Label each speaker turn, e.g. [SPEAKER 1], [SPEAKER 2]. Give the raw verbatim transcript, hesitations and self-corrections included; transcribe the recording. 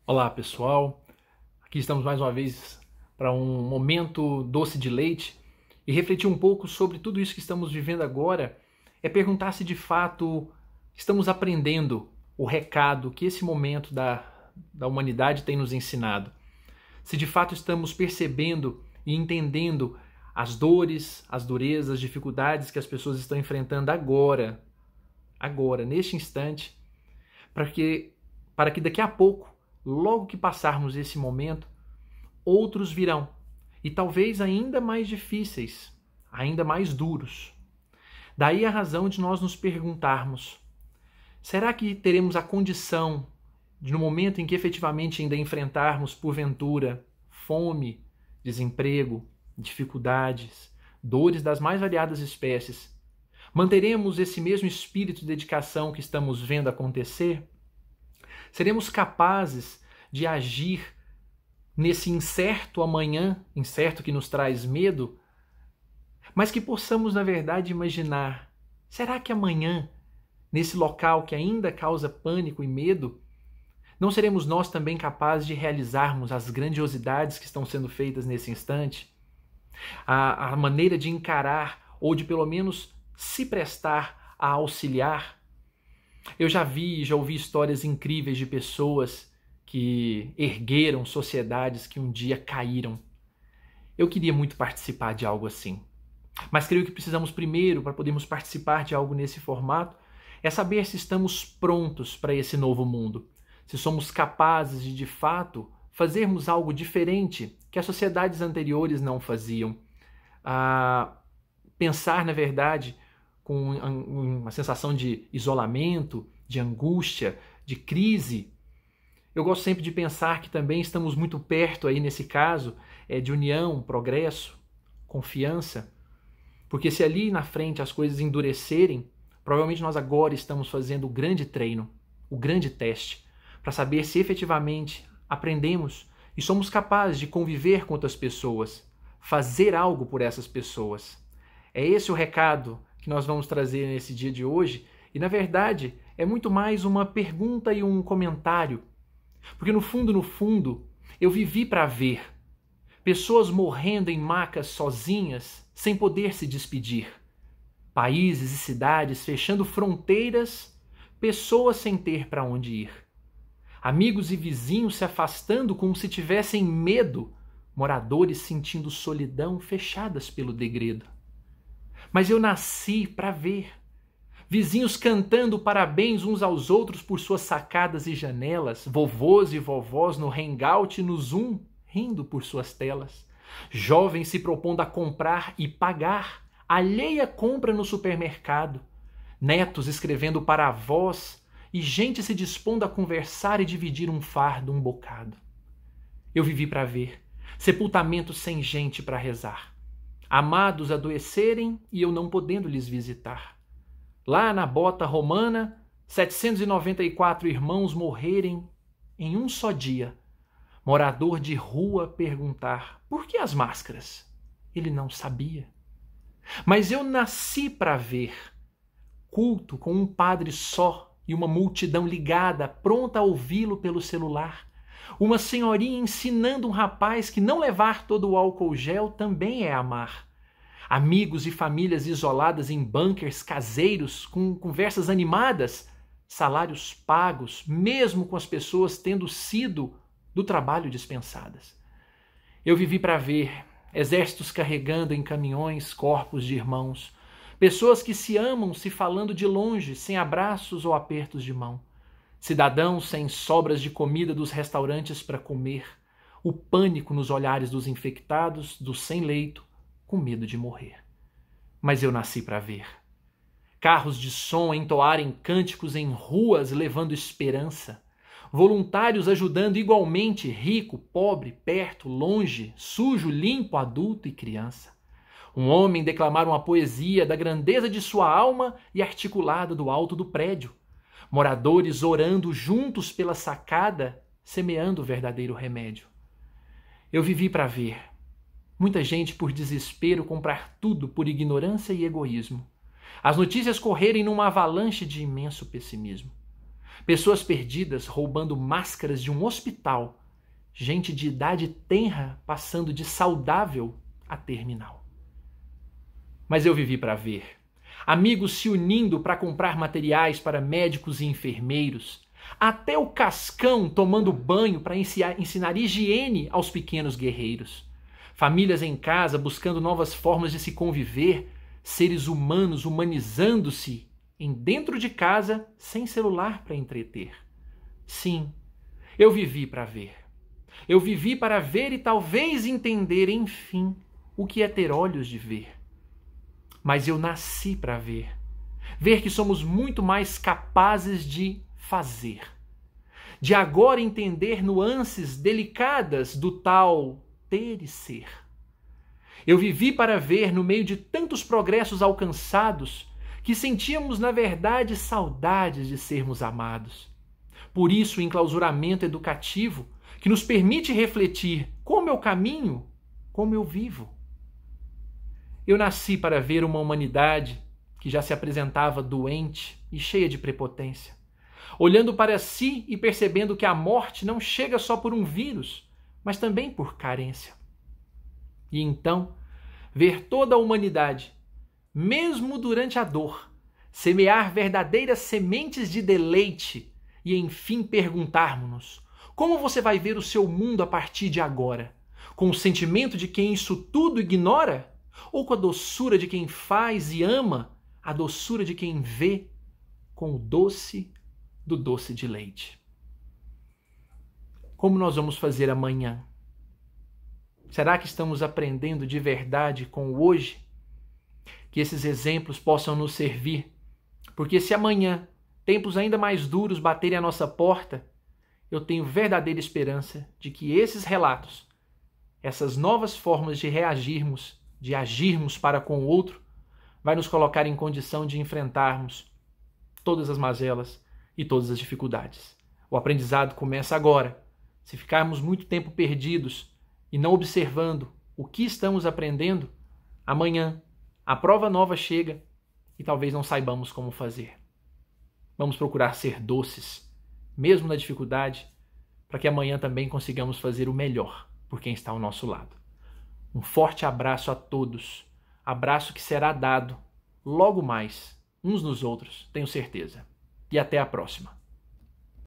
[SPEAKER 1] Olá pessoal, aqui estamos mais uma vez para um momento doce de leite e refletir um pouco sobre tudo isso que estamos vivendo agora, é perguntar se de fato estamos aprendendo o recado que esse momento da, da humanidade tem nos ensinado, se de fato estamos percebendo e entendendo as dores, as durezas, as dificuldades que as pessoas estão enfrentando agora, agora, neste instante, para que, para que daqui a pouco, logo que passarmos esse momento, outros virão, e talvez ainda mais difíceis, ainda mais duros. Daí a razão de nós nos perguntarmos, será que teremos a condição de, no momento em que efetivamente ainda enfrentarmos, porventura, fome, desemprego, dificuldades, dores das mais variadas espécies, manteremos esse mesmo espírito de dedicação que estamos vendo acontecer? Seremos capazes de agir nesse incerto amanhã, incerto que nos traz medo, mas que possamos, na verdade, imaginar, será que amanhã, nesse local que ainda causa pânico e medo, não seremos nós também capazes de realizarmos as grandiosidades que estão sendo feitas nesse instante? A, a maneira de encarar, ou de pelo menos se prestar a auxiliar. Eu já vi, já ouvi histórias incríveis de pessoas que ergueram sociedades que um dia caíram. Eu queria muito participar de algo assim. Mas creio que precisamos primeiro, para podermos participar de algo nesse formato, é saber se estamos prontos para esse novo mundo. Se somos capazes de, de fato, fazermos algo diferente que as sociedades anteriores não faziam. Ah, pensar, na verdade, com uma sensação de isolamento, de angústia, de crise. Eu gosto sempre de pensar que também estamos muito perto aí nesse caso é, de união, progresso, confiança, porque se ali na frente as coisas endurecerem, provavelmente nós agora estamos fazendo o grande treino, o grande teste, para saber se efetivamente aprendemos e somos capazes de conviver com outras pessoas, fazer algo por essas pessoas. É esse o recado que nós vamos trazer nesse dia de hoje, e na verdade é muito mais uma pergunta e um comentário, porque no fundo, no fundo, eu vivi para ver pessoas morrendo em macas sozinhas, sem poder se despedir, países e cidades fechando fronteiras, pessoas sem ter para onde ir, amigos e vizinhos se afastando como se tivessem medo, moradores sentindo solidão fechadas pelo degredo. Mas eu nasci para ver. Vizinhos cantando parabéns uns aos outros por suas sacadas e janelas, vovôs e vovós no Hangout e no Zoom, rindo por suas telas. Jovens se propondo a comprar e pagar, alheia compra no supermercado. Netos escrevendo para avós e gente se dispondo a conversar e dividir um fardo, um bocado. Eu vivi para ver. Sepultamento sem gente para rezar. Amados adoecerem e eu não podendo lhes visitar. Lá na bota romana, setecentos e noventa e quatro irmãos morrerem em um só dia. Morador de rua perguntar, por que as máscaras? Ele não sabia. Mas eu nasci para ver. Culto com um padre só e uma multidão ligada, pronta a ouvi-lo pelo celular. Uma senhorinha ensinando um rapaz que não levar todo o álcool gel também é amar. Amigos e famílias isoladas em bunkers caseiros, com conversas animadas, salários pagos, mesmo com as pessoas tendo sido do trabalho dispensadas. Eu vivi para ver exércitos carregando em caminhões corpos de irmãos, pessoas que se amam se falando de longe, sem abraços ou apertos de mão. Cidadãos sem sobras de comida dos restaurantes para comer, o pânico nos olhares dos infectados, dos sem leito, com medo de morrer. Mas eu nasci para ver. Carros de som entoarem cânticos em ruas levando esperança, voluntários ajudando igualmente rico, pobre, perto, longe, sujo, limpo, adulto e criança. Um homem declamar uma poesia da grandeza de sua alma e articulada do alto do prédio. Moradores orando juntos pela sacada, semeando o verdadeiro remédio. Eu vivi para ver. Muita gente por desespero comprar tudo por ignorância e egoísmo. As notícias correrem numa avalanche de imenso pessimismo. pessoas perdidas roubando máscaras de um hospital, gente de idade tenra passando de saudável a terminal. Mas eu vivi para ver. Amigos se unindo para comprar materiais para médicos e enfermeiros, até o Cascão tomando banho para ensinar higiene aos pequenos guerreiros. Famílias em casa buscando novas formas de se conviver, seres humanos humanizando-se em dentro de casa sem celular para entreter. Sim, eu vivi para ver. Eu vivi para ver e talvez entender, enfim, o que é ter olhos de ver. Mas eu nasci para ver. Ver que somos muito mais capazes de fazer. De agora entender nuances delicadas do tal ter e ser. Eu vivi para ver, no meio de tantos progressos alcançados, que sentíamos, na verdade, saudades de sermos amados. Por isso, o enclausuramento educativo, que nos permite refletir como eu caminho, como eu vivo. Eu nasci para ver uma humanidade que já se apresentava doente e cheia de prepotência, olhando para si e percebendo que a morte não chega só por um vírus, mas também por carência. E então, ver toda a humanidade, mesmo durante a dor, semear verdadeiras sementes de deleite e, enfim, perguntarmos-nos: como você vai ver o seu mundo a partir de agora? Com o sentimento de quem isso tudo ignora? Ou com a doçura de quem faz e ama, a doçura de quem vê, com o doce do doce de leite? Como nós vamos fazer amanhã? Será que estamos aprendendo de verdade com o hoje? Que esses exemplos possam nos servir, porque se amanhã tempos ainda mais duros baterem à nossa porta, eu tenho verdadeira esperança de que esses relatos, essas novas formas de reagirmos, de agirmos para com o outro, vai nos colocar em condição de enfrentarmos todas as mazelas e todas as dificuldades. O aprendizado começa agora. Se ficarmos muito tempo perdidos e não observando o que estamos aprendendo, amanhã a prova nova chega e talvez não saibamos como fazer. Vamos procurar ser doces, mesmo na dificuldade, para que amanhã também consigamos fazer o melhor por quem está ao nosso lado. Um forte abraço a todos, abraço que será dado logo mais, uns nos outros, tenho certeza. E até a próxima.